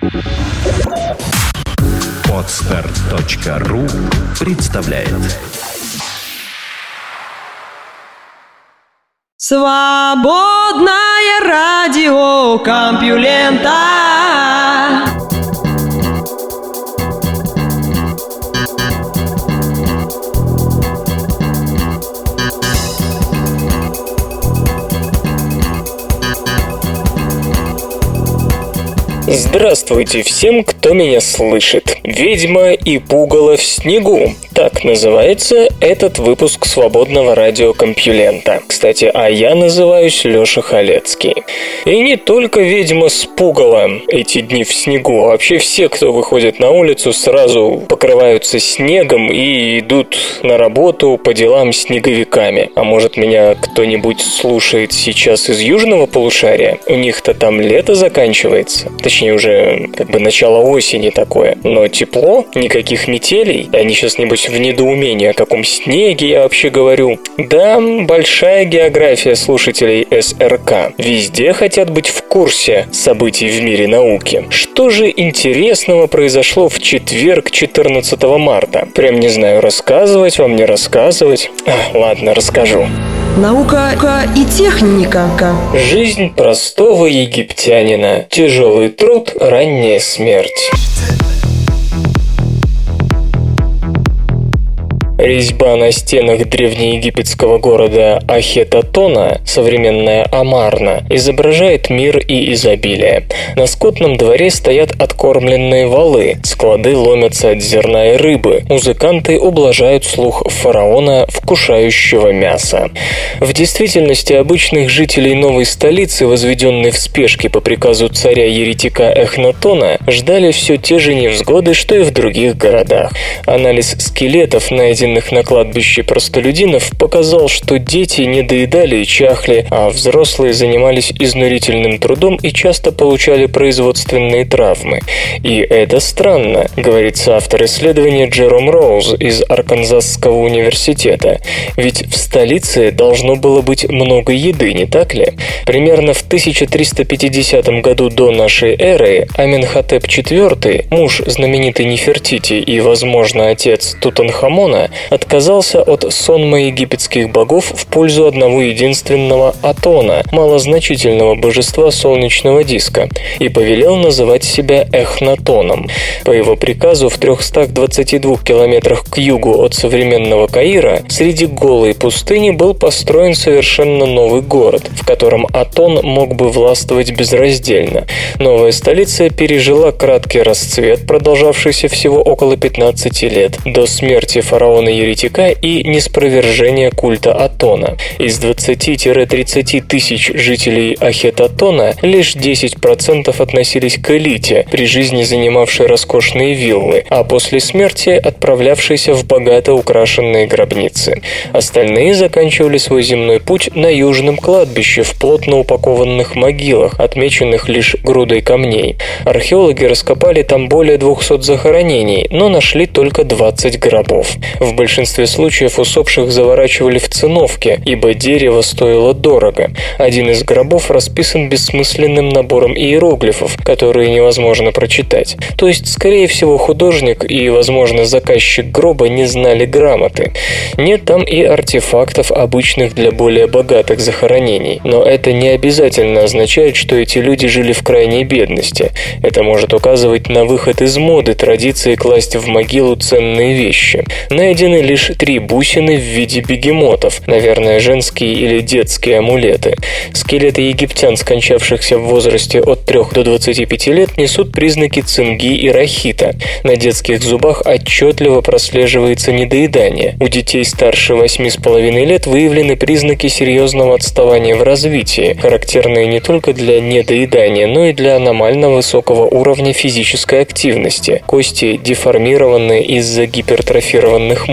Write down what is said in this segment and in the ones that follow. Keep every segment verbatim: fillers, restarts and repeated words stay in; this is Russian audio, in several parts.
Подстар точка ру представляет. Свободное радио Компьюлента. Здравствуйте всем, кто меня слышит. «Ведьма и пугало в снегу». Так называется этот выпуск свободного радио Компьюлента. Кстати, а я называюсь Лёша Халецкий. И не только ведьма с пугалом эти дни в снегу. Вообще все, кто выходит на улицу, сразу покрываются снегом и идут на работу по делам снеговиками. А может, меня кто-нибудь слушает сейчас из южного полушария? У них-то там лето заканчивается. Точнее, уже как бы начало осени такое. Но тепло, никаких метелей. Они сейчас, небось, в недоумении, о каком снеге я вообще говорю. Да, большая география слушателей эс эр ка. Везде хотят быть в курсе событий в мире науки. Что же интересного произошло в четверг, четырнадцатого марта? Прям не знаю, рассказывать вам, не рассказывать. А, ладно, расскажу. Наука и техника. Жизнь простого египтянина. Тяжелый труд, ранняя смерть. Резьба на стенах древнеегипетского города Ахетотона, современная Амарна, изображает мир и изобилие. На скотном дворе стоят откормленные валы, склады ломятся от зерна и рыбы, музыканты ублажают слух фараона, вкушающего мясо. В действительности обычных жителей новой столицы, возведенной в спешке по приказу царя-еретика Эхнатона, ждали все те же невзгоды, что и в других городах. Анализ скелетов, найденных на кладбище простолюдинов, показал, что дети не доедали и чахли, а взрослые занимались изнурительным трудом и часто получали производственные травмы. И это странно, говорит соавтор исследования Джером Роуз из Арканзасского университета. Ведь в столице должно было быть много еды, не так ли? Примерно в тысяча триста пятидесятом году до нашей эры Аменхотеп четвёртый, муж знаменитой Нефертити и, возможно, отец Тутанхамона, отказался от сонма египетских богов в пользу одного единственного Атона, малозначительного божества солнечного диска, и повелел называть себя Эхнатоном. По его приказу в трехстах двадцати двух километрах к югу от современного Каира среди голой пустыни был построен совершенно новый город, в котором Атон мог бы властвовать безраздельно. Новая столица пережила краткий расцвет, продолжавшийся всего около пятнадцати лет, до смерти фараона еретика и неспровержения культа Атона. Из двадцати-тридцати тысяч жителей Ахетотона лишь десять процентов относились к элите, при жизни занимавшей роскошные виллы, а после смерти отправлявшейся в богато украшенные гробницы. Остальные заканчивали свой земной путь на южном кладбище в плотно упакованных могилах, отмеченных лишь грудой камней. Археологи раскопали там более двухсот захоронений, но нашли только двадцать гробов. В большинстве случаев усопших заворачивали в циновки, ибо дерево стоило дорого. Один из гробов расписан бессмысленным набором иероглифов, которые невозможно прочитать. То есть, скорее всего, художник и, возможно, заказчик гроба не знали грамоты. Нет там и артефактов, обычных для более богатых захоронений. Но это не обязательно означает, что эти люди жили в крайней бедности. Это может указывать на выход из моды традиции класть в могилу ценные вещи. Найдены лишь три бусины в виде бегемотов, наверное, женские или детские амулеты. Скелеты египтян, скончавшихся в возрасте от трёх до двадцати пяти лет, несут признаки цинги и рахита. На детских зубах отчетливо прослеживается недоедание. У детей старше восьми с половиной лет выявлены признаки серьезного отставания в развитии, характерные не только для недоедания, но и для аномально высокого уровня физической активности. Кости деформированы из-за гипертрофированных мышц.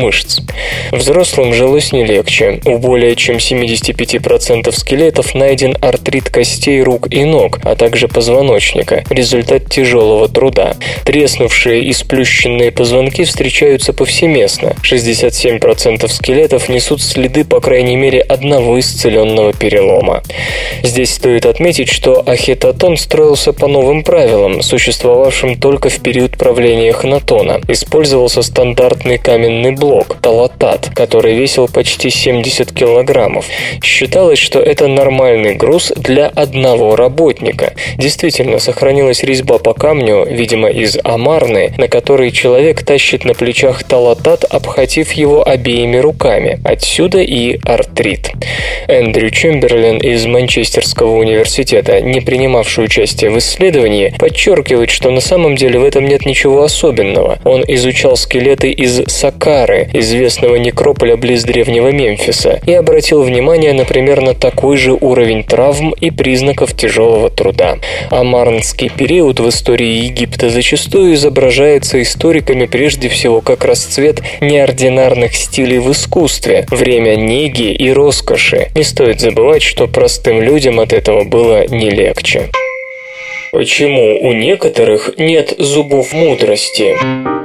мышц. Взрослым жилось не легче. У более чем семьдесят пять процентов скелетов найден артрит костей рук и ног, а также позвоночника, результат тяжелого труда. Треснувшие и сплющенные позвонки встречаются повсеместно. шестьдесят семь процентов скелетов несут следы по крайней мере одного исцеленного перелома. Здесь стоит отметить, что Ахетатон строился по новым правилам, существовавшим только в период правления Эхнатона. Использовался стандартный каменный блок – талатат, который весил почти семьдесят килограммов. Считалось, что это нормальный груз для одного работника. Действительно, сохранилась резьба по камню, видимо, из Амарны, на которой человек тащит на плечах талатат, обхватив его обеими руками. Отсюда и артрит. Эндрю Чемберлен из Манчестерского университета, не принимавший участие в исследовании, подчеркивает, что на самом деле в этом нет ничего особенного. Он изучал скелеты из Саккары, известного некрополя близ древнего Мемфиса, и обратил внимание, например, на такой же уровень травм и признаков тяжелого труда. Амарнский период в истории Египта зачастую изображается историками прежде всего как расцвет неординарных стилей в искусстве, время неги и роскоши. Не стоит забывать, что простым людям от этого было не легче. Почему у некоторых нет зубов мудрости?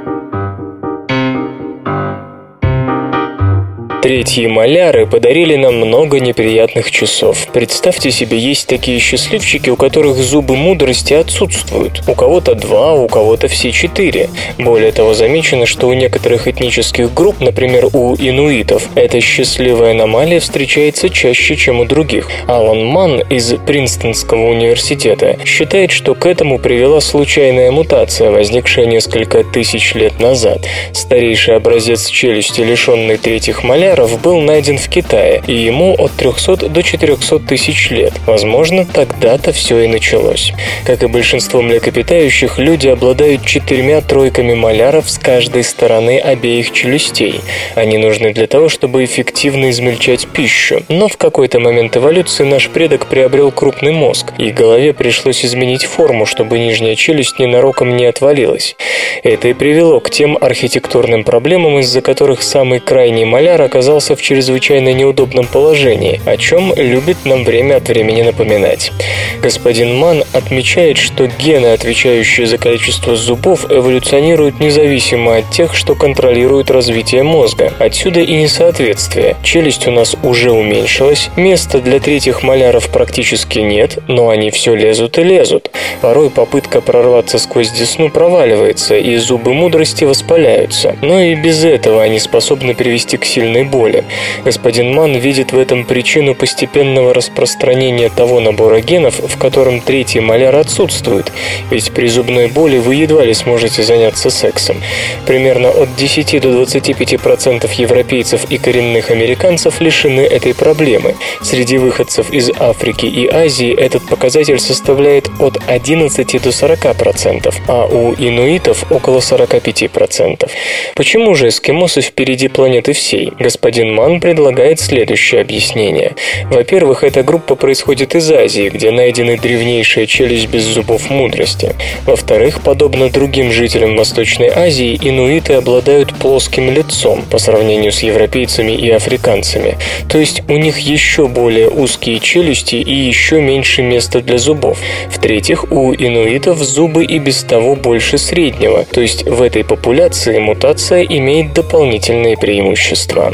Третьи маляры подарили нам много неприятных часов. Представьте себе, есть такие счастливчики, у которых зубы мудрости отсутствуют. У кого-то два, у кого-то все четыре. Более того, замечено, что у некоторых этнических групп, например, у инуитов, эта счастливая аномалия встречается чаще, чем у других. Алан Манн из Принстонского университета считает, что к этому привела случайная мутация, возникшая несколько тысяч лет назад. Старейший образец челюсти, лишенный третьих маляров, был найден в Китае, и ему от трехсот до четырехсот тысяч лет. Возможно, тогда-то все и началось. Как и большинство млекопитающих, люди обладают четырьмя тройками маляров с каждой стороны обеих челюстей. Они нужны для того, чтобы эффективно измельчать пищу. Но в какой-то момент эволюции наш предок приобрел крупный мозг, и голове пришлось изменить форму, чтобы нижняя челюсть ненароком не отвалилась. Это и привело к тем архитектурным проблемам, из-за которых самый крайний маляр оказался в чрезвычайно неудобном положении, о чем любит нам время от времени напоминать. Господин Манн отмечает, что гены, отвечающие за количество зубов, эволюционируют независимо от тех, что контролируют развитие мозга. Отсюда и несоответствие. Челюсть у нас уже уменьшилась, места для третьих маляров практически нет, но они все лезут и лезут. Порой попытка прорваться сквозь десну проваливается, и зубы мудрости воспаляются. Но и без этого они способны привести к сильной боли. Господин Манн видит в этом причину постепенного распространения того набора генов, в котором третий маляр отсутствует, ведь при зубной боли вы едва ли сможете заняться сексом. Примерно от десяти до двадцати пяти процентов европейцев и коренных американцев лишены этой проблемы. Среди выходцев из Африки и Азии этот показатель составляет от одиннадцати до сорока процентов, а у инуитов около сорока пяти процентов. Почему же эскимосы впереди планеты всей? Господин Манн предлагает следующее объяснение. Во-первых, эта группа происходит из Азии, где найдены древнейшая челюсть без зубов мудрости. Во-вторых, подобно другим жителям Восточной Азии, инуиты обладают плоским лицом по сравнению с европейцами и африканцами. То есть у них еще более узкие челюсти и еще меньше места для зубов. В-третьих, у инуитов зубы и без того больше среднего, то есть в этой популяции мутация имеет дополнительные преимущества.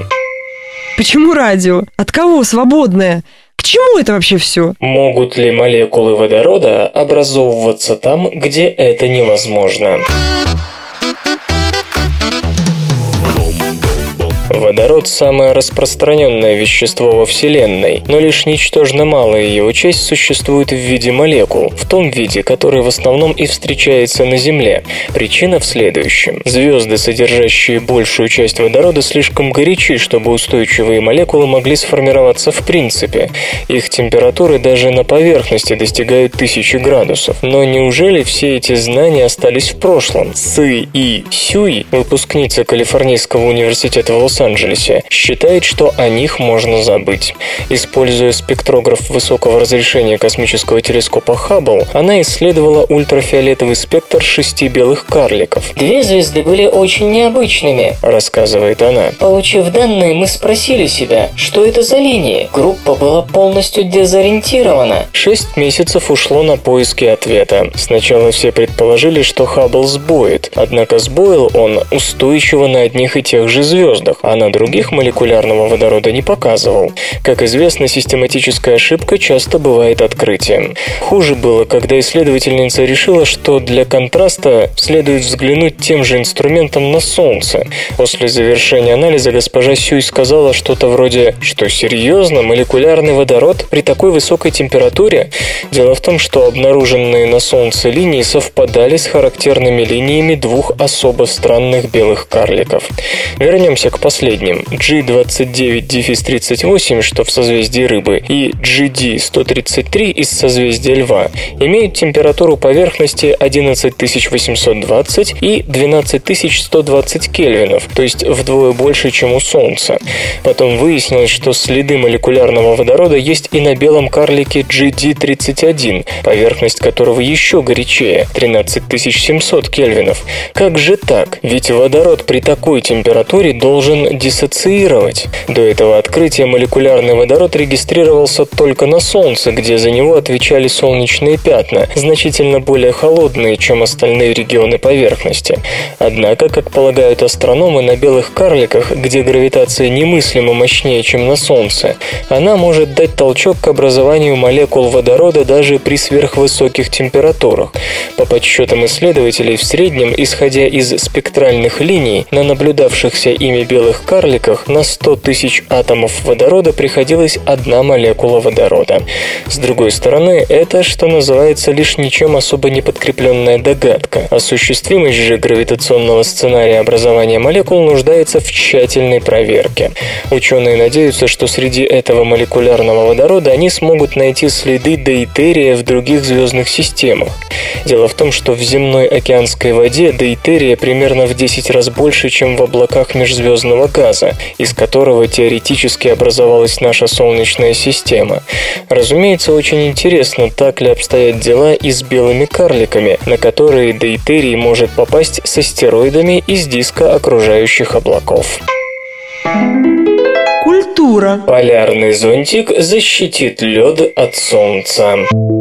Почему радио? От кого свободное? К чему это вообще все? Могут ли молекулы водорода образовываться там, где это невозможно? Водород – самое распространенное вещество во Вселенной, но лишь ничтожно малая его часть существует в виде молекул, в том виде, который в основном и встречается на Земле. Причина в следующем. Звезды, содержащие большую часть водорода, слишком горячи, чтобы устойчивые молекулы могли сформироваться в принципе. Их температуры даже на поверхности достигают тысячи градусов. Но неужели все эти знания остались в прошлом? Сы И Сюй, выпускница Калифорнийского университета в Лос-Анджелесе, Лос-Анджелесе, считает, что о них можно забыть. Используя спектрограф высокого разрешения космического телескопа Хаббл, она исследовала ультрафиолетовый спектр шести белых карликов. «Две звезды были очень необычными», — рассказывает она. «Получив данные, мы спросили себя, что это за линии. Группа была полностью дезориентирована». Шесть месяцев ушло на поиски ответа. Сначала все предположили, что Хаббл сбоит, однако сбоил он устойчиво на одних и тех же звездах, а на других молекулярного водорода не показывал. Как известно, систематическая ошибка часто бывает открытием. Хуже было, когда исследовательница решила, что для контраста следует взглянуть тем же инструментом на Солнце. После завершения анализа госпожа Сюй сказала что-то вроде «Что, серьезно? Молекулярный водород при такой высокой температуре?» Дело в том, что обнаруженные на Солнце линии совпадали с характерными линиями двух особо странных белых карликов. Вернемся к последним. джи двадцать девять тридцать восемь, что в созвездии Рыбы, и джи ди сто тридцать три из созвездия Льва имеют температуру поверхности одиннадцать тысяч восемьсот двадцать и двенадцать тысяч сто двадцать кельвинов, то есть вдвое больше, чем у Солнца. Потом выяснилось, что следы молекулярного водорода есть и на белом карлике джи ди тридцать один, поверхность которого еще горячее – тринадцать тысяч семьсот кельвинов. Как же так? Ведь водород при такой температуре должен диссоциировать. До этого открытия молекулярный водород регистрировался только на Солнце, где за него отвечали солнечные пятна, значительно более холодные, чем остальные регионы поверхности. Однако, как полагают астрономы, на белых карликах, где гравитация немыслимо мощнее, чем на Солнце, она может дать толчок к образованию молекул водорода даже при сверхвысоких температурах. По подсчетам исследователей, в среднем, исходя из спектральных линий, на наблюдавшихся ими белых карликах на сто тысяч атомов водорода приходилась одна молекула водорода. С другой стороны, это, что называется, лишь ничем особо не подкрепленная догадка. Осуществимость же гравитационного сценария образования молекул нуждается в тщательной проверке. Ученые надеются, что среди этого молекулярного водорода они смогут найти следы дейтерия в других звездных системах. Дело в том, что в земной океанской воде дейтерия примерно в десять раз больше, чем в облаках межзвездного газа, из которого теоретически образовалась наша Солнечная система. Разумеется, очень интересно, так ли обстоят дела и с белыми карликами, на которые дейтерий может попасть с астероидами из диска окружающих облаков. Культура. Полярный зонтик защитит лед от Солнца.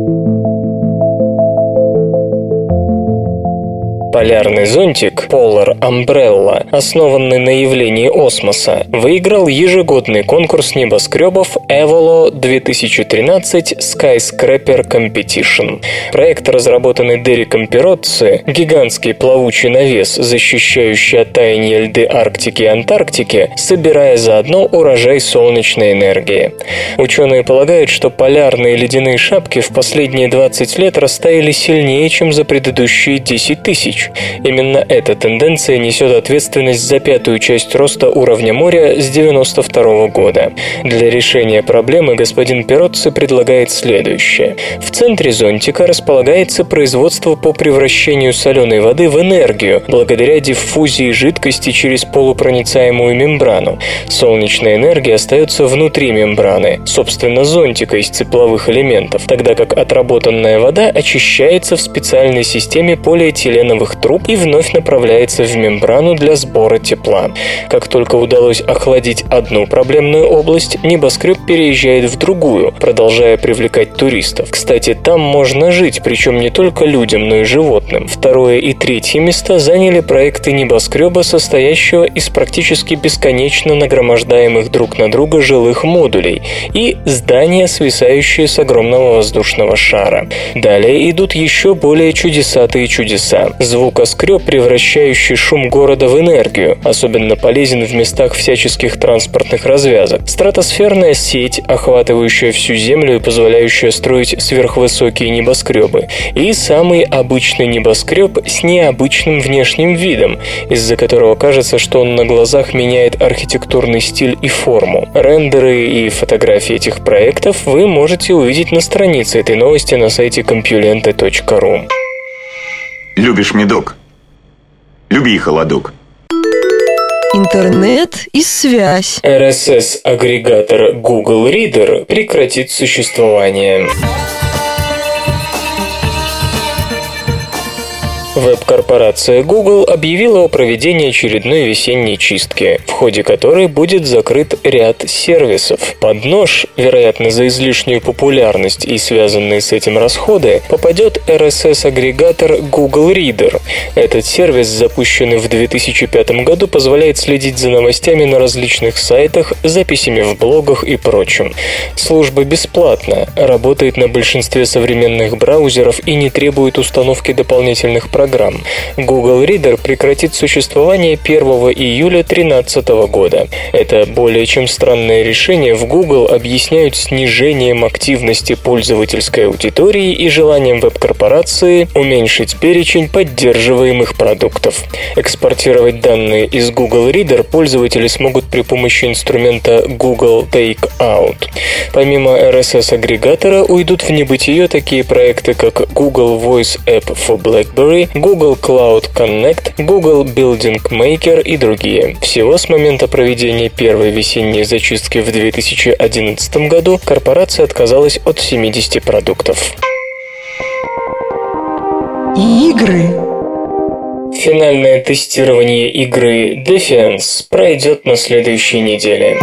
Полярный зонтик Polar Umbrella, основанный на явлении осмоса, выиграл ежегодный конкурс небоскребов Evolo две тысячи тринадцать Skyscraper Competition. Проект, разработанный Дереком Пероцци, гигантский плавучий навес, защищающий от таяния льды Арктики и Антарктики, собирая заодно урожай солнечной энергии. Ученые полагают, что полярные ледяные шапки в последние двадцать лет растаяли сильнее, чем за предыдущие десять тысяч. Именно эта тенденция несет ответственность за пятую часть роста уровня моря с девяносто второго года. Для решения проблемы господин Пероцци предлагает следующее. В центре зонтика располагается производство по превращению соленой воды в энергию, благодаря диффузии жидкости через полупроницаемую мембрану. Солнечная энергия остается внутри мембраны, собственно зонтика из тепловых элементов, тогда как отработанная вода очищается в специальной системе полиэтиленовых труб и вновь направляется в мембрану для сбора тепла. Как только удалось охладить одну проблемную область, небоскреб переезжает в другую, продолжая привлекать туристов. Кстати, там можно жить, причем не только людям, но и животным. Второе и третье места заняли проекты небоскреба, состоящего из практически бесконечно нагромождаемых друг на друга жилых модулей, и здания, свисающие с огромного воздушного шара. Далее идут еще более чудесатые чудеса. Звукоскреб, превращающий шум города в энергию, особенно полезен в местах всяческих транспортных развязок. Стратосферная сеть, охватывающая всю Землю и позволяющая строить сверхвысокие небоскребы. И самый обычный небоскреб с необычным внешним видом, из-за которого кажется, что он на глазах меняет архитектурный стиль и форму. Рендеры и фотографии этих проектов вы можете увидеть на странице этой новости на сайте компьюленты точка ру. Любишь медок? Люби холодок. интернет и связь. эр эс эс-агрегатор Google Reader прекратит существование. Веб-корпорация Google объявила о проведении очередной весенней чистки, в ходе которой будет закрыт ряд сервисов. Под нож, вероятно, за излишнюю популярность и связанные с этим расходы, попадет эр эс эс-агрегатор Google Reader. Этот сервис, запущенный в две тысячи пятом году, позволяет следить за новостями на различных сайтах, записями в блогах и прочем. Служба бесплатна, работает на большинстве современных браузеров и не требует установки дополнительных программ. программ. Google Reader прекратит существование первого июля две тысячи тринадцатого года. Это более чем странное решение в Google объясняют снижением активности пользовательской аудитории и желанием веб-корпорации уменьшить перечень поддерживаемых продуктов. Экспортировать данные из Google Reader пользователи смогут при помощи инструмента Google Takeout. Помимо эр эс эс-агрегатора уйдут в небытие такие проекты, как Google Voice App for BlackBerry, Google Cloud Connect, Google Building Maker и другие. Всего с момента проведения первой весенней зачистки в две тысячи одиннадцатом году корпорация отказалась от семидесяти продуктов. Игры. Финальное тестирование игры Defiance пройдет на следующей неделе.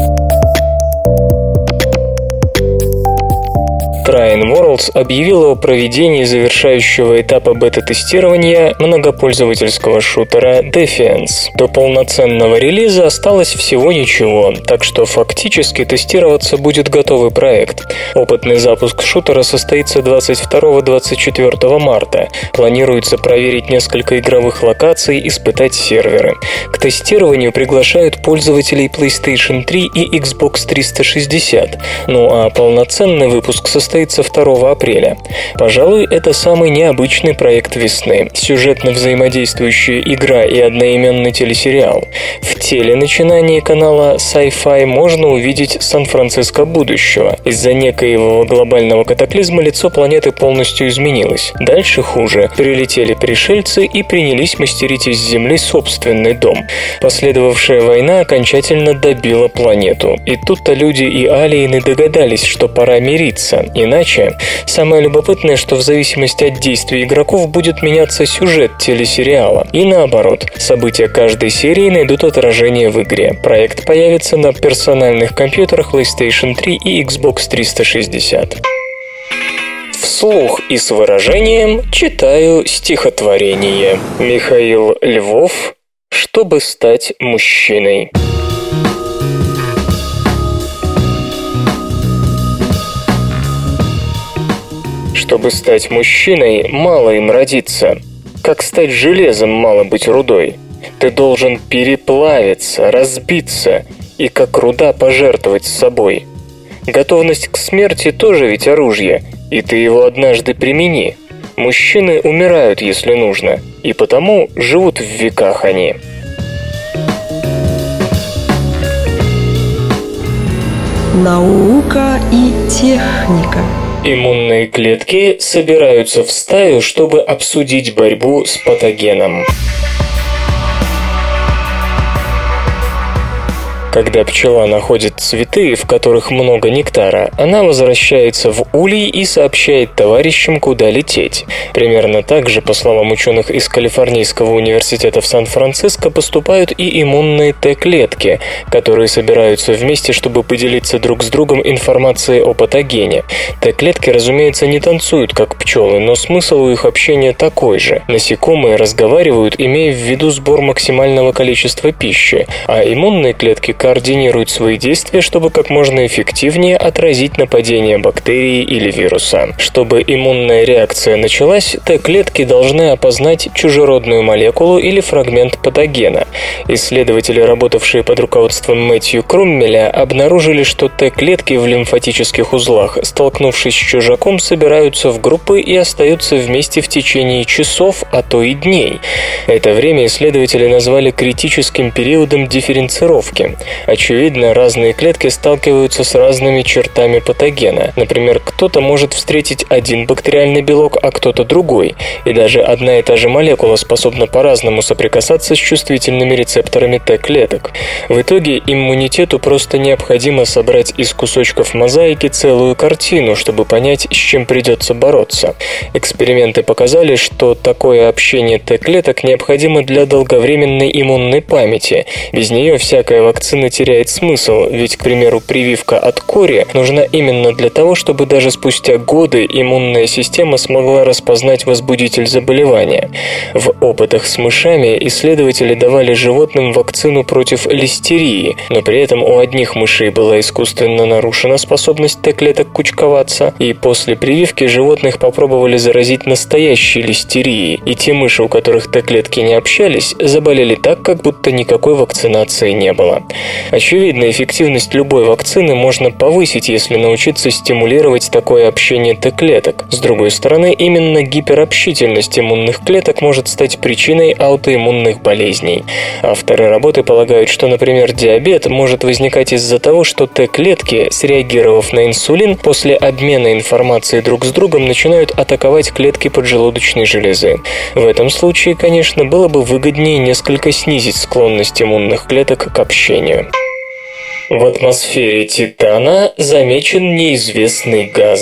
Train Worlds объявила о проведении завершающего этапа бета-тестирования многопользовательского шутера Defiance. До полноценного релиза осталось всего ничего, так что фактически тестироваться будет готовый проект. Опытный запуск шутера состоится двадцать второго — двадцать четвёртого марта. Планируется проверить несколько игровых локаций, испытать серверы. К тестированию приглашают пользователей PlayStation три и Xbox триста шестьдесят. Ну а полноценный выпуск состоится второго апреля. Пожалуй, это самый необычный проект весны. Сюжетно взаимодействующая игра и одноименный телесериал. В теленачинании канала Sci-Fi можно увидеть Сан-Франциско будущего. Из-за некоего глобального катаклизма лицо планеты полностью изменилось. Дальше хуже. Прилетели пришельцы и принялись мастерить из Земли собственный дом. Последовавшая война окончательно добила планету. И тут-то люди и алиены догадались, что пора мириться. Иначе, самое любопытное, что в зависимости от действий игроков будет меняться сюжет телесериала. И наоборот, события каждой серии найдут отражение в игре. Проект появится на персональных компьютерах PlayStation три и Xbox триста шестьдесят. Вслух и с выражением читаю стихотворение. Михаил Львов. Чтобы стать мужчиной. Чтобы стать мужчиной, мало им родиться. Как стать железом, мало быть рудой. Ты должен переплавиться, разбиться и как руда пожертвовать собой. Готовность к смерти тоже ведь оружие, и ты его однажды примени. Мужчины умирают, если нужно, и потому живут в веках они. Наука и техника. Иммунные клетки собираются в стаю, чтобы обсудить борьбу с патогеном. Когда пчела находит цветы, в которых много нектара, она возвращается в улей и сообщает товарищам, куда лететь. Примерно так же, по словам ученых из Калифорнийского университета в Сан-Франциско, поступают и иммунные Т-клетки, которые собираются вместе, чтобы поделиться друг с другом информацией о патогене. Т-клетки, разумеется, не танцуют, как пчелы, но смысл у их общения такой же. Насекомые разговаривают, имея в виду сбор максимального количества пищи, а иммунные клетки координируют свои действия, чтобы как можно эффективнее отразить нападение бактерии или вируса. Чтобы иммунная реакция началась, Т-клетки должны опознать чужеродную молекулу или фрагмент патогена. Исследователи, работавшие под руководством Мэтью Круммеля, обнаружили, что Т-клетки в лимфатических узлах, столкнувшись с чужаком, собираются в группы и остаются вместе в течение часов, а то и дней. Это время исследователи назвали критическим периодом дифференцировки. Очевидно, разные клетки сталкиваются с разными чертами патогена. Например, кто-то может встретить один бактериальный белок, а кто-то другой. И даже одна и та же молекула способна по-разному соприкасаться с чувствительными рецепторами Т-клеток. В итоге иммунитету просто необходимо собрать из кусочков мозаики целую картину, чтобы понять, с чем придется бороться. Эксперименты показали, что такое общение Т-клеток необходимо для долговременной иммунной памяти. Без нее всякая вакцина теряет смысл, ведь, к примеру, прививка от кори нужна именно для того, чтобы даже спустя годы иммунная система смогла распознать возбудитель заболевания. В опытах с мышами исследователи давали животным вакцину против листерии, но при этом у одних мышей была искусственно нарушена способность Т-клеток кучковаться, и после прививки животных попробовали заразить настоящей листерией, и те мыши, у которых Т-клетки не общались, заболели так, как будто никакой вакцинации не было. Очевидно, эффективность любой вакцины можно повысить, если научиться стимулировать такое общение Т-клеток. С другой стороны, именно гиперобщительность иммунных клеток может стать причиной аутоиммунных болезней. Авторы работы полагают, что, например, диабет может возникать из-за того, что Т-клетки, среагировав на инсулин, после обмена информацией друг с другом начинают атаковать клетки поджелудочной железы. В этом случае, конечно, было бы выгоднее несколько снизить склонность иммунных клеток к общению. В атмосфере Титана замечен неизвестный газ.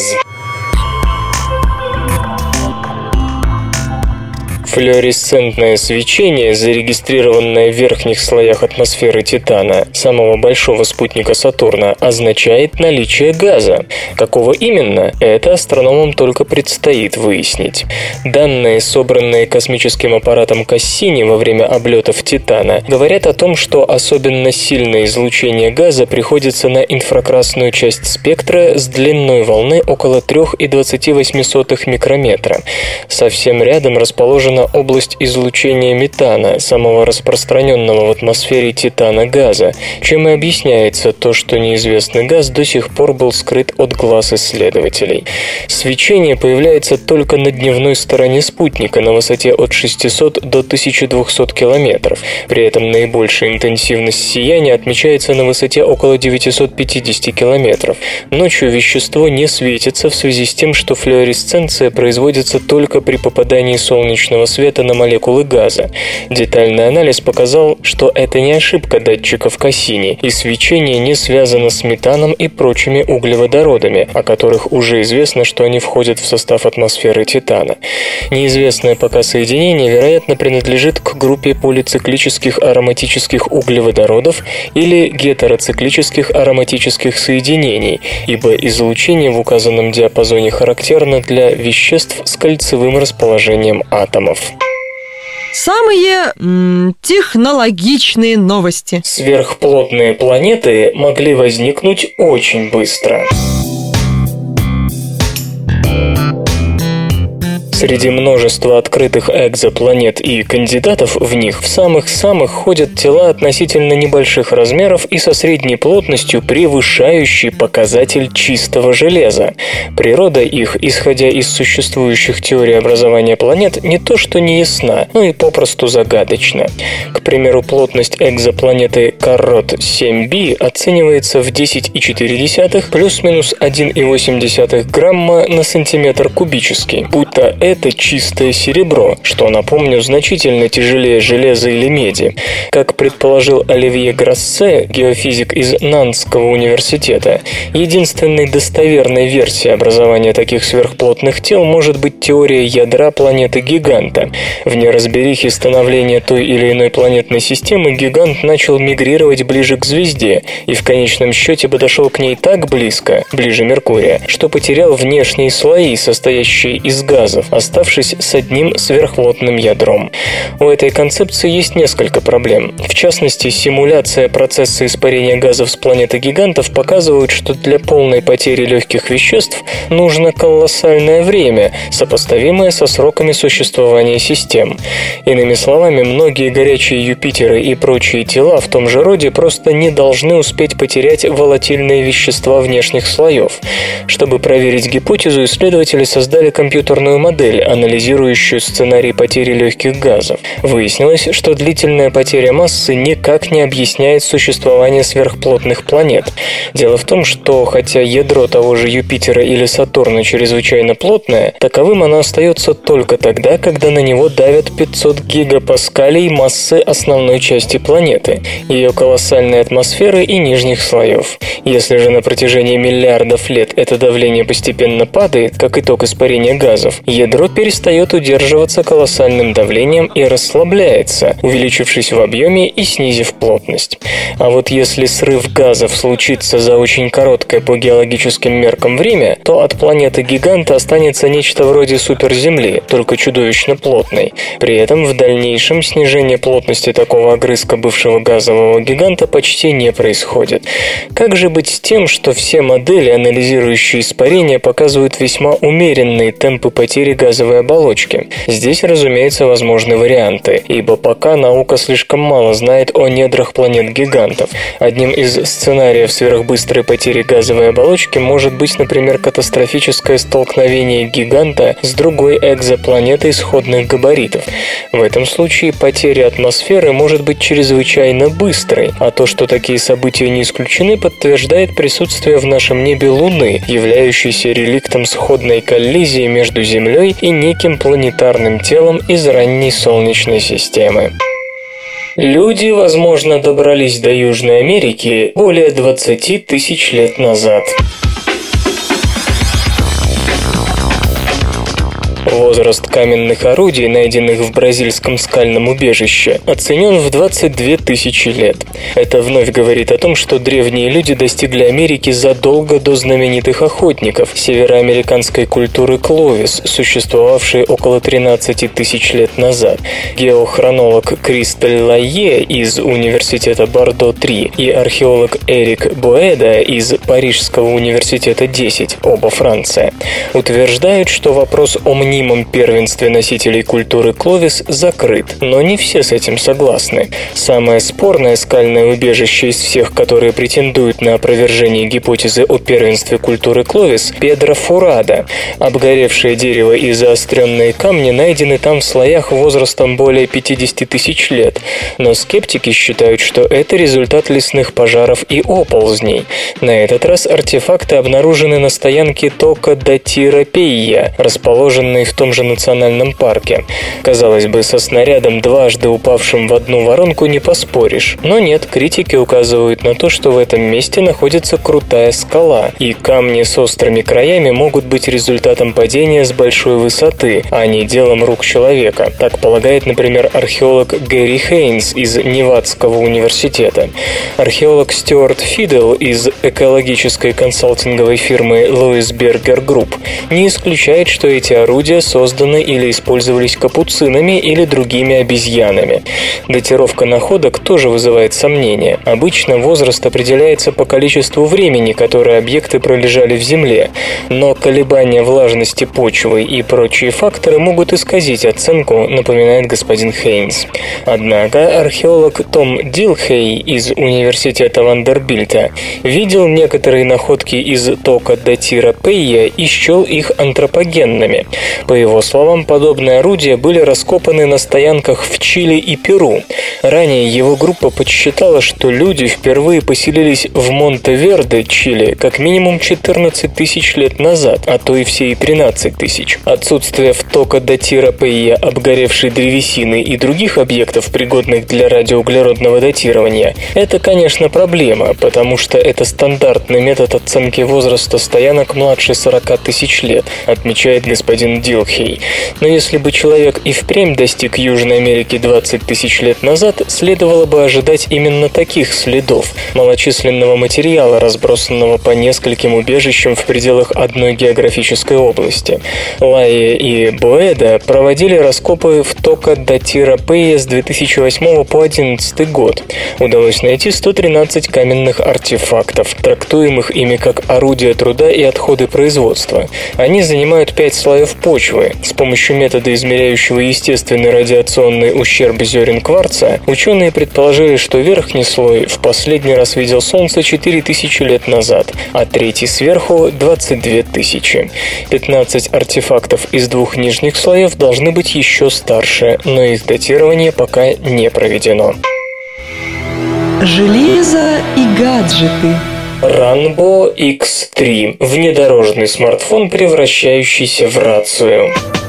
Флуоресцентное свечение, зарегистрированное в верхних слоях атмосферы Титана, самого большого спутника Сатурна, означает наличие газа. Какого именно, это астрономам только предстоит выяснить. Данные, собранные космическим аппаратом Кассини во время облетов Титана, говорят о том, что особенно сильное излучение газа приходится на инфракрасную часть спектра с длиной волны около три целых двадцать восемь сотых микрометра. Совсем рядом расположена область излучения метана, самого распространенного в атмосфере Титана газа, чем и объясняется то, что неизвестный газ до сих пор был скрыт от глаз исследователей. Свечение появляется только на дневной стороне спутника на высоте от шестисот до тысячи двухсот километров. При этом наибольшая интенсивность сияния отмечается на высоте около девятисот пятидесяти километров. Ночью вещество не светится в связи с тем, что флуоресценция производится только при попадании солнечного света на молекулы газа. Детальный анализ показал, что это не ошибка датчиков Кассини, и свечение не связано с метаном и прочими углеводородами, о которых уже известно, что они входят в состав атмосферы Титана. Неизвестное пока соединение, вероятно, принадлежит к группе полициклических ароматических углеводородов или гетероциклических ароматических соединений, ибо излучение в указанном диапазоне характерно для веществ с кольцевым расположением атомов. Самые м- технологичные новости. Сверхплотные планеты могли возникнуть очень быстро. Среди множества открытых экзопланет и кандидатов в них в самых-самых ходят тела относительно небольших размеров и со средней плотностью, превышающей показатель чистого железа. Природа их, исходя из существующих теорий образования планет, не то что не ясна, но и попросту загадочна. К примеру, плотность экзопланеты Каррот семь би оценивается в десять целых четыре десятых плюс-минус один целых восемь десятых грамма на сантиметр кубический, будто это чистое серебро, что, напомню, значительно тяжелее железа или меди. Как предположил Оливье Грассе, геофизик из Нанского университета, единственной достоверной версией образования таких сверхплотных тел может быть теория ядра планеты-гиганта. В неразберихе становления той или иной планетной системы гигант начал мигрировать ближе к звезде и в конечном счете подошел к ней так близко, ближе Меркурия, что потерял внешние слои, состоящие из газов, оставшись с одним сверхплотным ядром. У этой концепции есть несколько проблем. В частности, симуляция процесса испарения газов с планеты гигантов показывает, что для полной потери легких веществ нужно колоссальное время, сопоставимое со сроками существования систем. Иными словами, многие горячие Юпитеры и прочие тела в том же роде просто не должны успеть потерять волатильные вещества внешних слоев. Чтобы проверить гипотезу, исследователи создали компьютерную модель, модель, анализирующую сценарий потери легких газов. Выяснилось, что длительная потеря массы никак не объясняет существование сверхплотных планет. Дело в том, что хотя ядро того же Юпитера или Сатурна чрезвычайно плотное, таковым оно остается только тогда, когда на него давят пятьсот гигапаскалей массы основной части планеты, ее колоссальной атмосферы и нижних слоев. Если же на протяжении миллиардов лет это давление постепенно падает, как итог испарения газов, ядро перестает удерживаться колоссальным давлением и расслабляется, увеличившись в объеме и снизив плотность. А вот если срыв газов случится за очень короткое по геологическим меркам время, то от планеты-гиганта останется нечто вроде суперземли, только чудовищно плотной. При этом в дальнейшем снижение плотности такого огрызка бывшего газового гиганта почти не происходит. Как же быть с тем, что все модели, анализирующие испарения, показывают весьма умеренные темпы потери газовой оболочки? Здесь, разумеется, возможны варианты, ибо пока наука слишком мало знает о недрах планет-гигантов. Одним из сценариев сверхбыстрой потери газовой оболочки может быть, например, катастрофическое столкновение гиганта с другой экзопланетой сходных габаритов. В этом случае потеря атмосферы может быть чрезвычайно быстрой, а то, что такие события не исключены, подтверждает присутствие в нашем небе Луны, являющейся реликтом сходной коллизии между Землей и неким планетарным телом из ранней Солнечной системы. Люди, возможно, добрались до Южной Америки более двадцати тысяч лет назад. Возраст каменных орудий, найденных в бразильском скальном убежище, оценен в двадцать две тысячи лет. Это вновь говорит о том, что древние люди достигли Америки задолго до знаменитых охотников североамериканской культуры Кловис, существовавшей около тринадцати тысяч лет назад. Геохронолог Кристаль Лайе из Университета Бордо-три и археолог Эрик Боэда из Парижского университета десять, оба Франция, утверждают, что вопрос о мнимом первенстве носителей культуры Кловис закрыт, но не все с этим согласны. Самое спорное скальное убежище из всех, которые претендуют на опровержение гипотезы о первенстве культуры Кловис, Педро Фурада. Обгоревшее дерево и заостренные камни найдены там в слоях возрастом более пятидесяти тысяч лет, но скептики считают, что это результат лесных пожаров и оползней. На этот раз артефакты обнаружены на стоянке Тока-да-Тира-Пейя, расположенной в том же национальном парке. Казалось бы, со снарядом, дважды упавшим в одну воронку, не поспоришь. Но нет, критики указывают на то, что в этом месте находится крутая скала, и камни с острыми краями могут быть результатом падения с большой высоты, а не делом рук человека. Так полагает, например, археолог Гэри Хейнс из Невадского университета. Археолог Стюарт Фидел из экологической консалтинговой фирмы Луис Бергер Групп не исключает, что эти орудия созданы или использовались капуцинами или другими обезьянами. Датировка находок тоже вызывает сомнения. Обычно возраст определяется по количеству времени, которое объекты пролежали в земле, но колебания влажности почвы и прочие факторы могут исказить оценку, напоминает господин Хейнс. Однако археолог Том Дилхей из университета Вандербильта видел некоторые находки из Тока-да-Тира-Пейя и счел их антропогенными. По его словам, подобные орудия были раскопаны на стоянках в Чили и Перу. Ранее его группа подсчитала, что люди впервые поселились в Монте-Верде, Чили, как минимум четырнадцать тысяч лет назад, а то и все и тринадцать тысяч. Отсутствие в Тока-да-Тира-Пейя обгоревшей древесины и других объектов, пригодных для радиоуглеродного датирования, это, конечно, проблема, потому что это стандартный метод оценки возраста стоянок младше сорока тысяч лет, отмечает господин Дилхей. Но если бы человек и впрямь достиг Южной Америки двадцать тысяч лет назад, следовало бы ожидать именно таких следов – малочисленного материала, разбросанного по нескольким убежищам в пределах одной географической области. Лайе и Боэда проводили раскопы в Тока-да-Тира-Пейя с две тысячи восьмого по две тысячи одиннадцатый год. Удалось найти сто тринадцать каменных артефактов, трактуемых ими как орудия труда и отходы производства. Они занимают пять слоев почвы. С помощью метода, измеряющего естественный радиационный ущерб зерен кварца, Ученые предположили, что верхний слой в последний раз видел Солнце четыре тысячи лет назад, а третий сверху – двадцать две тысячи. пятнадцать артефактов из двух нижних слоев должны быть еще старше, но их датирование пока не проведено. Железо и гаджеты. Ranbo икс три – внедорожный смартфон, превращающийся в рацию.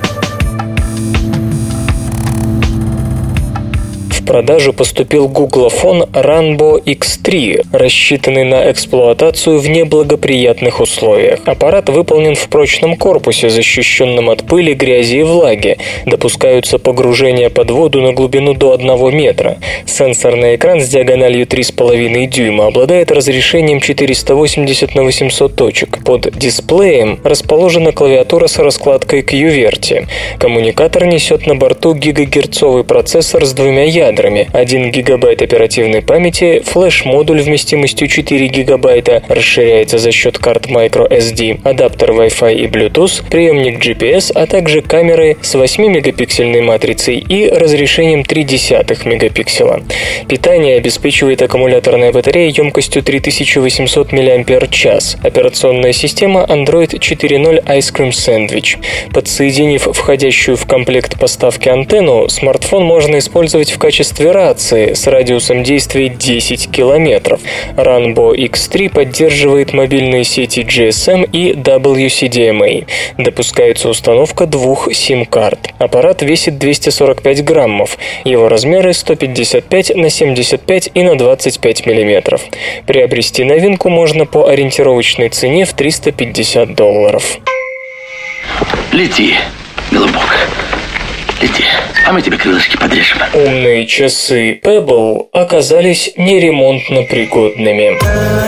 В продажу поступил гуглофон Ranbo икс три, рассчитанный на эксплуатацию в неблагоприятных условиях. Аппарат выполнен в прочном корпусе, защищенном от пыли, грязи и влаги. Допускаются погружения под воду на глубину до одного метра. Сенсорный экран с диагональю три с половиной дюйма обладает разрешением четыреста восемьдесят на восемьсот точек. Под дисплеем расположена клавиатура с раскладкой кью-верти. Коммуникатор несет на борту гигагерцовый процессор с двумя ядрами. один гигабайт оперативной памяти, флеш-модуль вместимостью четыре гигабайта, расширяется за счет карт microSD, адаптер Wi-Fi и Bluetooth, приемник джи пи эс, а также камеры с восьмимегапиксельной матрицей и разрешением ноль целых три десятых мегапикселя. Питание обеспечивает аккумуляторная батарея емкостью три тысячи восемьсот миллиампер-час. Операционная система Android четыре ноль Ice Cream Sandwich. Подсоединив входящую в комплект поставки антенну, смартфон можно использовать в качестве рации с радиусом действия десять километров. Ranbo икс три поддерживает мобильные сети джи эс эм и дабл ю си ди эм эй. Допускается установка двух сим-карт. Аппарат весит двести сорок пять граммов. Его размеры сто пятьдесят пять на семьдесят пять и на двадцать пять миллиметров. Приобрести новинку можно по ориентировочной цене в триста пятьдесят долларов. Лети, голубок. Лети, а мы тебе крылышки подрежем. Умные часы Pebble оказались неремонтно пригодными.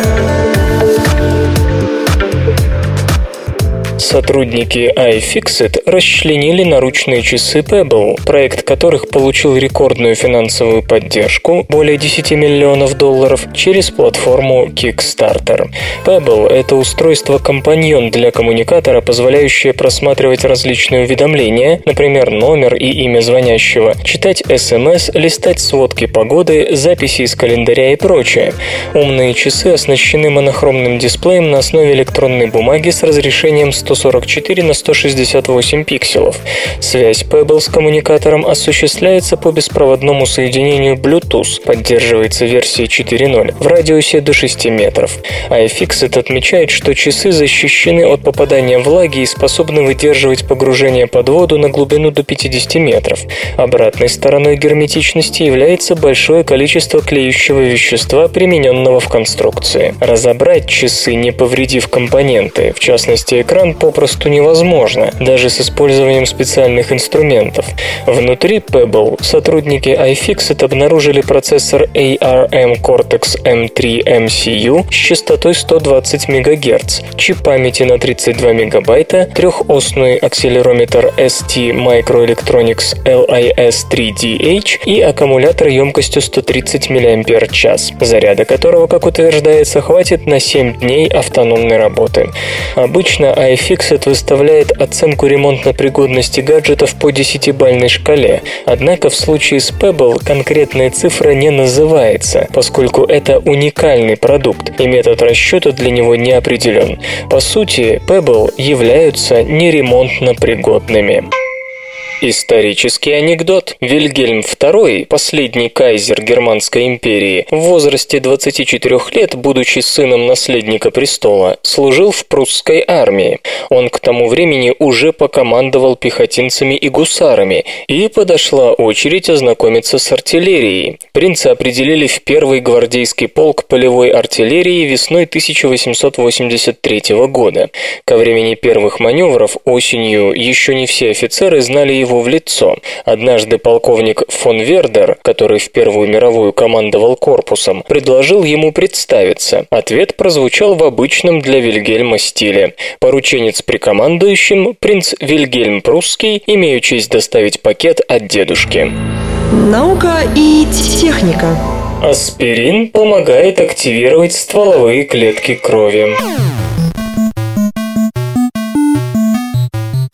Сотрудники iFixit расчленили наручные часы Pebble, проект которых получил рекордную финансовую поддержку, более десять миллионов долларов, через платформу Kickstarter. Pebble – это устройство-компаньон для коммуникатора, позволяющее просматривать различные уведомления, например, номер и имя звонящего, читать эс эм эс, листать сводки погоды, записи из календаря и прочее. Умные часы оснащены монохромным дисплеем на основе электронной бумаги с разрешением сто сорок четыре на сто шестьдесят восемь пикселов. Связь Pebble с коммуникатором осуществляется по беспроводному соединению Bluetooth, поддерживается версия четыре ноль, в радиусе до шести метров. iFixit отмечает, что часы защищены от попадания влаги и способны выдерживать погружение под воду на глубину до пятидесяти метров. Обратной стороной герметичности является большое количество клеющего вещества, примененного в конструкции. Разобрать часы, не повредив компоненты, в частности экран, попросту невозможно, даже с использованием специальных инструментов. Внутри Pebble сотрудники iFixit обнаружили процессор эй ар эм Cortex эм три эм си ю с частотой сто двадцать мегагерц, чип памяти на тридцать два мегабайта, трехосный акселерометр эс ти Microelectronics эл ай эс три ди эйч и аккумулятор емкостью сто тридцать миллиампер-час, заряда которого, как утверждается, хватит на семь дней автономной работы. Обычно iFixit выставляет оценку ремонтно-пригодности гаджетов по десятибалльной шкале, однако в случае с Pebble конкретная цифра не называется, поскольку это уникальный продукт, и метод расчета для него не определен. По сути, Pebble являются неремонтно пригодными. Исторический анекдот. Вильгельм второй, последний кайзер Германской империи, в возрасте двадцати четырёх лет, будучи сыном наследника престола, служил в прусской армии. Он к тому времени уже покомандовал пехотинцами и гусарами, и подошла очередь ознакомиться с артиллерией. Принца определили в первый гвардейский полк полевой артиллерии весной тысяча восемьсот восемьдесят третьего года. Ко времени первых маневров осенью еще не все офицеры знали его в лицо. Однажды полковник фон Вердер, который в Первую мировую командовал корпусом, предложил ему представиться. Ответ прозвучал в обычном для Вильгельма стиле. Порученец при командующем, принц Вильгельм Прусский, имею честь доставить пакет от дедушки. Наука и техника. Аспирин помогает активировать стволовые клетки крови.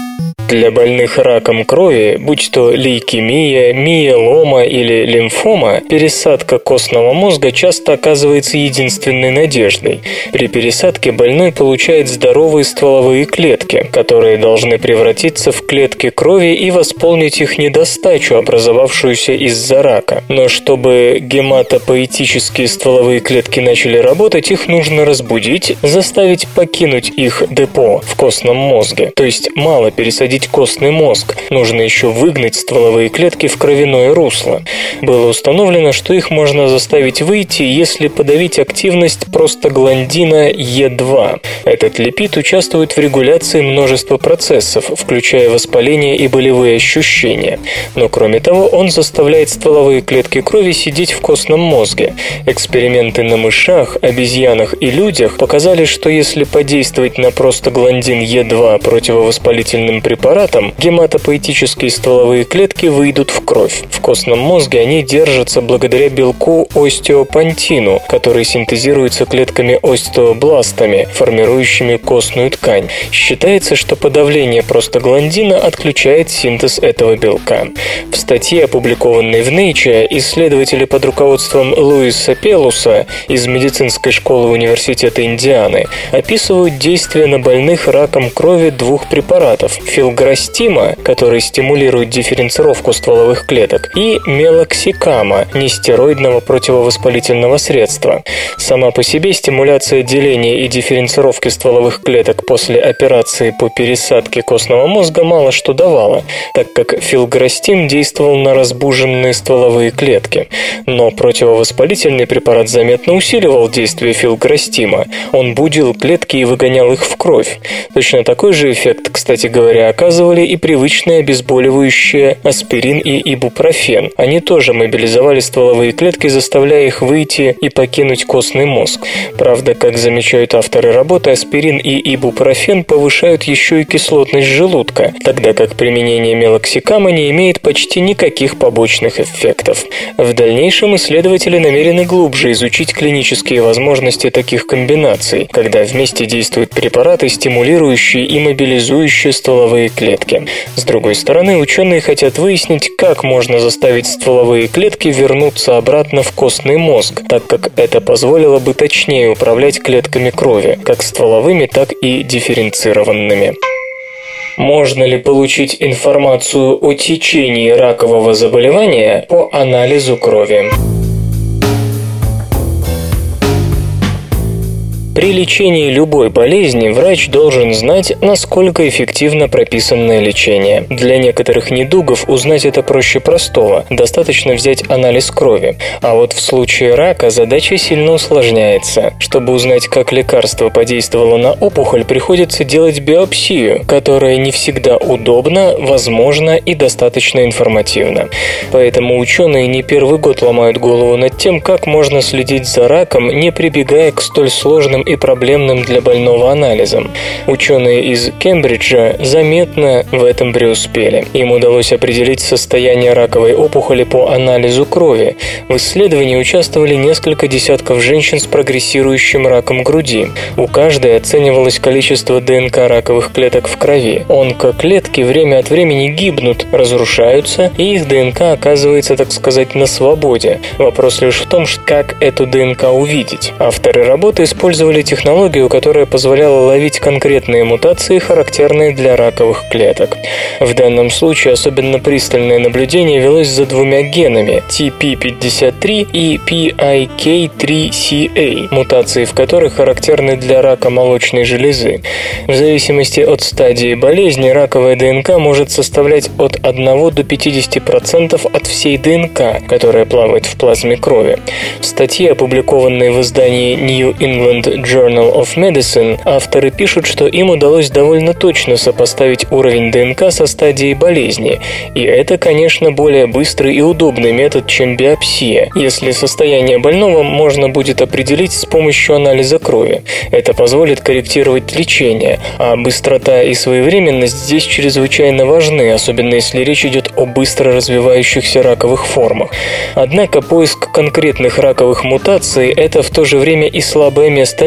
Для больных раком крови, будь то лейкемия, миелома или лимфома, пересадка костного мозга часто оказывается единственной надеждой. При пересадке больной получает здоровые стволовые клетки, которые должны превратиться в клетки крови и восполнить их недостачу, образовавшуюся из-за рака. Но чтобы гематопоэтические стволовые клетки начали работать, их нужно разбудить, заставить покинуть их депо в костном мозге. То есть мало пересадить костный мозг, нужно еще выгнать стволовые клетки в кровяное русло. Было установлено, что их можно заставить выйти, если подавить активность простагландина Е два. Этот липид участвует в регуляции множества процессов, включая воспаление и болевые ощущения. Но кроме того, он заставляет стволовые клетки крови сидеть в костном мозге. Эксперименты на мышах, обезьянах и людях показали, что если подействовать на простагландин Е два противовоспалительным препаратом, гематопоэтические стволовые клетки выйдут в кровь. В костном мозге они держатся благодаря белку остеопантину, который синтезируется клетками остеобластами, формирующими костную ткань. Считается, что подавление простагландина отключает синтез этого белка. В статье, опубликованной в Nature, исследователи под руководством Луиса Пелуса из медицинской школы Университета Индианы описывают действие на больных раком крови двух препаратов – филграстима, который стимулирует дифференцировку стволовых клеток, и мелоксикама, нестероидного противовоспалительного средства. Сама по себе стимуляция деления и дифференцировки стволовых клеток после операции по пересадке костного мозга мало что давала, так как филграстим действовал на разбуженные стволовые клетки. Но противовоспалительный препарат заметно усиливал действие филграстима. Он будил клетки и выгонял их в кровь. Точно такой же эффект, кстати говоря, оказывали и привычные обезболивающие аспирин и ибупрофен. Они тоже мобилизовали стволовые клетки, заставляя их выйти и покинуть костный мозг. Правда, как замечают авторы работы, аспирин и ибупрофен повышают еще и кислотность желудка, тогда как применение мелоксикама не имеет почти никаких побочных эффектов. В дальнейшем исследователи намерены глубже изучить клинические возможности таких комбинаций, когда вместе действуют препараты, стимулирующие и мобилизующие стволовые клетки. С другой стороны, ученые хотят выяснить, как можно заставить стволовые клетки вернуться обратно в костный мозг, так как это позволило бы точнее управлять клетками крови, как стволовыми, так и дифференцированными. Можно ли получить информацию о течении ракового заболевания по анализу крови? При лечении любой болезни врач должен знать, насколько эффективно прописанное лечение. Для некоторых недугов узнать это проще простого, достаточно взять анализ крови. А вот в случае рака задача сильно усложняется. Чтобы узнать, как лекарство подействовало на опухоль, приходится делать биопсию, которая не всегда удобна, возможна и достаточно информативна. Поэтому ученые не первый год ломают голову над тем, как можно следить за раком, не прибегая к столь сложным и проблемным для больного анализам. Ученые из Кембриджа заметно в этом преуспели. Им удалось определить состояние раковой опухоли по анализу крови. В исследовании участвовали несколько десятков женщин с прогрессирующим раком груди. У каждой оценивалось количество ДНК раковых клеток в крови. Онкоклетки время от времени гибнут, разрушаются, и их ДНК оказывается, так сказать, на свободе. Вопрос лишь в том, как эту ДНК увидеть. Авторы работы использовали технологию, которая позволяла ловить конкретные мутации, характерные для раковых клеток. В данном случае особенно пристальное наблюдение велось за двумя генами ти пи пятьдесят три и пи ай кей три си эй, мутации в которых характерны для рака молочной железы. В зависимости от стадии болезни раковая ДНК может составлять от одного до пятидесяти процентов от всей ДНК, которая плавает в плазме крови. В статье, опубликованной в издании New England Journal of Medicine, авторы пишут, что им удалось довольно точно сопоставить уровень ДНК со стадией болезни. И это, конечно, более быстрый и удобный метод, чем биопсия, если состояние больного можно будет определить с помощью анализа крови. Это позволит корректировать лечение, а быстрота и своевременность здесь чрезвычайно важны, особенно если речь идет о быстро развивающихся раковых формах. Однако поиск конкретных раковых мутаций – это в то же время и слабое место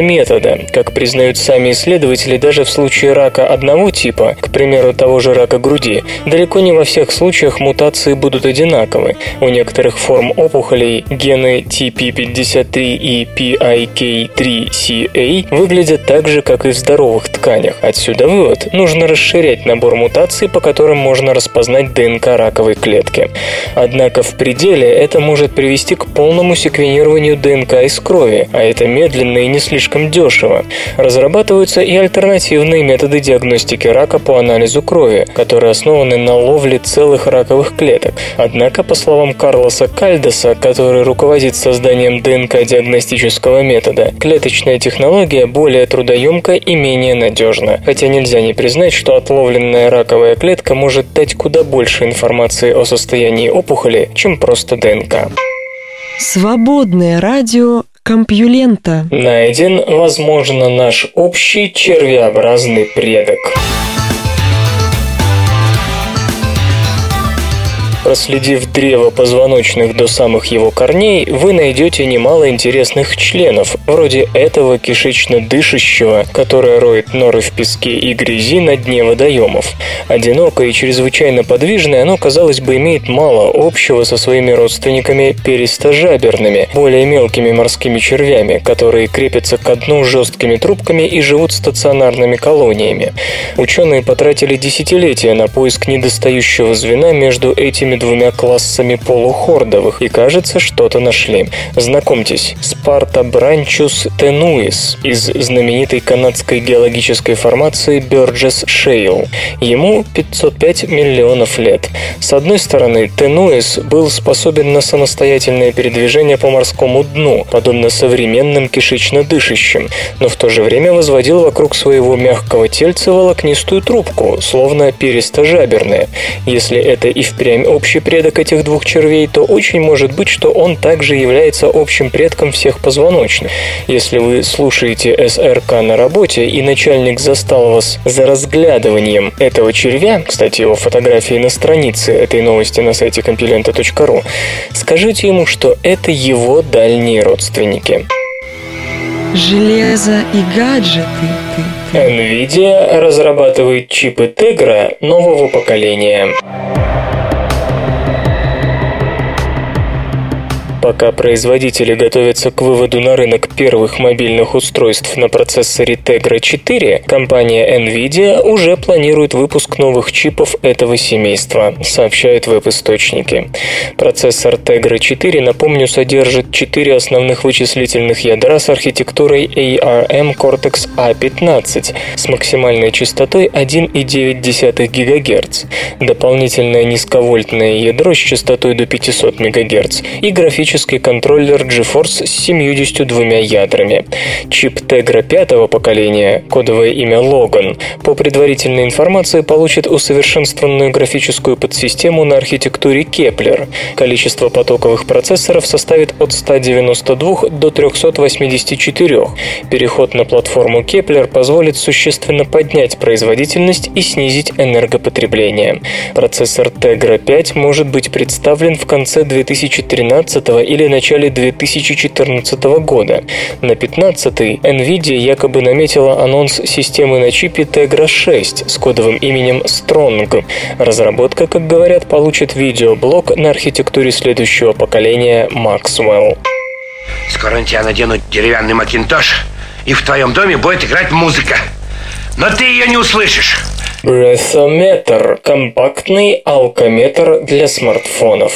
метода. Как признают сами исследователи, даже в случае рака одного типа, к примеру, того же рака груди, далеко не во всех случаях мутации будут одинаковы. У некоторых форм опухолей гены ти пи пятьдесят три и пи ай кей три си эй выглядят так же, как и в здоровых тканях. Отсюда вывод: нужно расширять набор мутаций, по которым можно распознать ДНК раковой клетки. Однако в пределе это может привести к полному секвенированию ДНК из крови, а это медленно и не слишком дешево. Разрабатываются и альтернативные методы диагностики рака по анализу крови, которые основаны на ловле целых раковых клеток. Однако, по словам Карлоса Кальдеса, который руководит созданием ДНК-диагностического метода, клеточная технология более трудоемка и менее надежна. Хотя нельзя не признать, что отловленная раковая клетка может дать куда больше информации о состоянии опухоли, чем просто ДНК. Свободное радио Компьюлента. Найден, возможно, наш общий червеобразный предок. Проследив древо позвоночных до самых его корней, вы найдете немало интересных членов, вроде этого кишечно-дышащего, которое роет норы в песке и грязи на дне водоемов. Одинокое и чрезвычайно подвижное, оно, казалось бы, имеет мало общего со своими родственниками перистожаберными, более мелкими морскими червями, которые крепятся к дну жесткими трубками и живут стационарными колониями. Ученые потратили десятилетия на поиск недостающего звена между этими двумя классами полухордовых, и, кажется, что-то нашли. Знакомьтесь, Spartabranchus tenuis из знаменитой канадской геологической формации Burgess Shale. Ему пятьсот пять миллионов лет. С одной стороны, tenuis был способен на самостоятельное передвижение по морскому дну, подобно современным кишечно-дышащим, но в то же время возводил вокруг своего мягкого тельца волокнистую трубку, словно перистожаберная. Если это и впрямь общий предок этих двух червей, то очень может быть, что он также является общим предком всех позвоночных. Если вы слушаете эс эр ка на работе, и начальник застал вас за разглядыванием этого червя, кстати, его фотографии на странице этой новости на сайте компьюлента точка ру, скажите ему, что это его дальние родственники. Железо и гаджеты. Ты, ты. NVIDIA разрабатывает чипы Tegra нового поколения. Пока производители готовятся к выводу на рынок первых мобильных устройств на процессоре Tegra четыре, компания NVIDIA уже планирует выпуск новых чипов этого семейства, сообщают веб-источники. Процессор Tegra четыре, напомню, содержит четыре основных вычислительных ядра с архитектурой эй ар эм Cortex эй пятнадцать с максимальной частотой один и девять десятых гигагерца, дополнительное низковольтное ядро с частотой до пятьсот мегагерц и графический контроллер GeForce с семьюдесятью двумя ядрами. Чип Tegra пятого поколения, кодовое имя Logan, по предварительной информации получит усовершенствованную графическую подсистему на архитектуре Kepler. Количество потоковых процессоров составит от ста девяноста двух до трехсот восьмидесяти четырёх. Переход на платформу Kepler позволит существенно поднять производительность и снизить энергопотребление. Процессор Tegra пять может быть представлен в конце две тысячи тринадцатого или начале две тысячи четырнадцатого года. На пятнадцатый NVIDIA якобы наметила анонс системы на чипе Tegra шесть с кодовым именем Strong. Разработка, как говорят, получит видеоблок на архитектуре следующего поколения Maxwell. Скоро на тебя наденут деревянный макинтош, и в твоем доме будет играть музыка. Но ты ее не услышишь. Breathometer – компактный алкометр для смартфонов.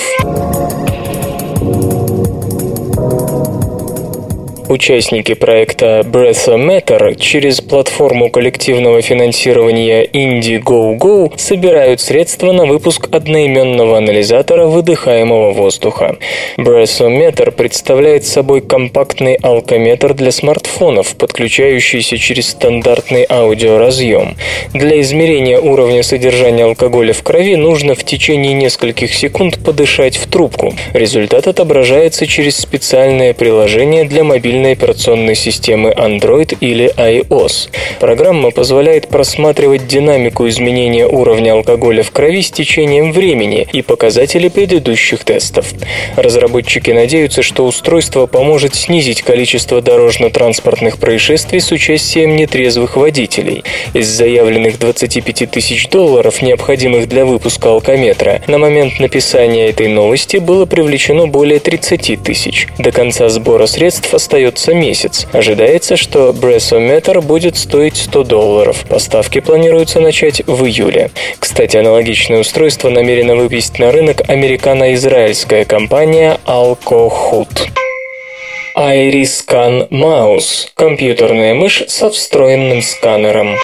Участники проекта Breathometer через платформу коллективного финансирования Indiegogo собирают средства на выпуск одноименного анализатора выдыхаемого воздуха. Breathometer представляет собой компактный алкометр для смартфонов, подключающийся через стандартный аудиоразъем. Для измерения уровня содержания алкоголя в крови нужно в течение нескольких секунд подышать в трубку. Результат отображается через специальное приложение для мобильных мобильной операционной системы Android или iOS. Программа позволяет просматривать динамику изменения уровня алкоголя в крови с течением времени и показатели предыдущих тестов. Разработчики надеются, что устройство поможет снизить количество дорожно-транспортных происшествий с участием нетрезвых водителей. Из заявленных двадцати пяти тысяч долларов, необходимых для выпуска алкометра, на момент написания этой новости было привлечено более тридцати тысяч. До конца сбора средств остается месяц. Ожидается, что Breathometer будет стоить сто долларов. Поставки планируется начать в июле. Кстати, аналогичное устройство намерена вывести на рынок американо-израильская компания Alcohut. Iris-Scan Mouse – компьютерная мышь со встроенным сканером.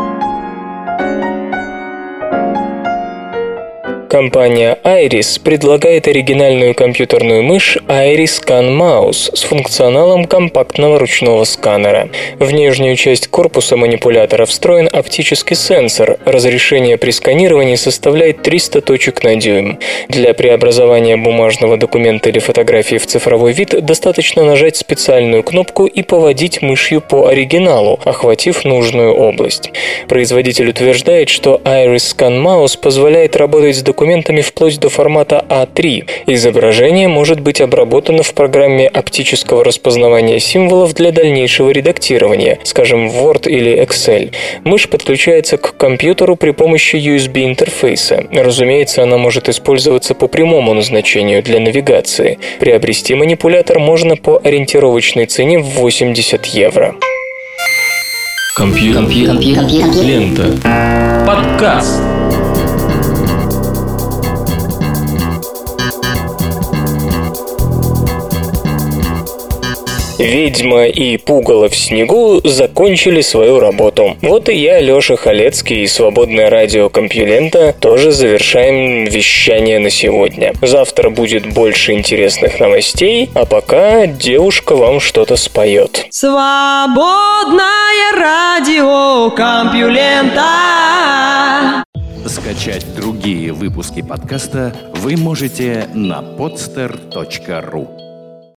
Компания Iris предлагает оригинальную компьютерную мышь Iris-Scan Mouse с функционалом компактного ручного сканера. В нижнюю часть корпуса манипулятора встроен оптический сенсор. Разрешение при сканировании составляет триста точек на дюйм. Для преобразования бумажного документа или фотографии в цифровой вид достаточно нажать специальную кнопку и поводить мышью по оригиналу, охватив нужную область. Производитель утверждает, что Iris-Scan Mouse позволяет работать с документами вплоть до формата а три. Изображение может быть обработано в программе оптического распознавания символов для дальнейшего редактирования, скажем, в Word или Excel. Мышь подключается к компьютеру при помощи ю эс би-интерфейса. Разумеется, она может использоваться по прямому назначению для навигации. Приобрести манипулятор можно по ориентировочной цене в восемьдесят евро. Компьютер. Лента. Подкаст. «Ведьма» и «Пугало в снегу» закончили свою работу. Вот и я, Леша Халецкий и свободное радио Компьюлента тоже завершаем вещание на сегодня. Завтра будет больше интересных новостей, а пока девушка вам что-то споет. Свободное радио Компьюлента. Скачать другие выпуски подкаста вы можете на podster точка ру.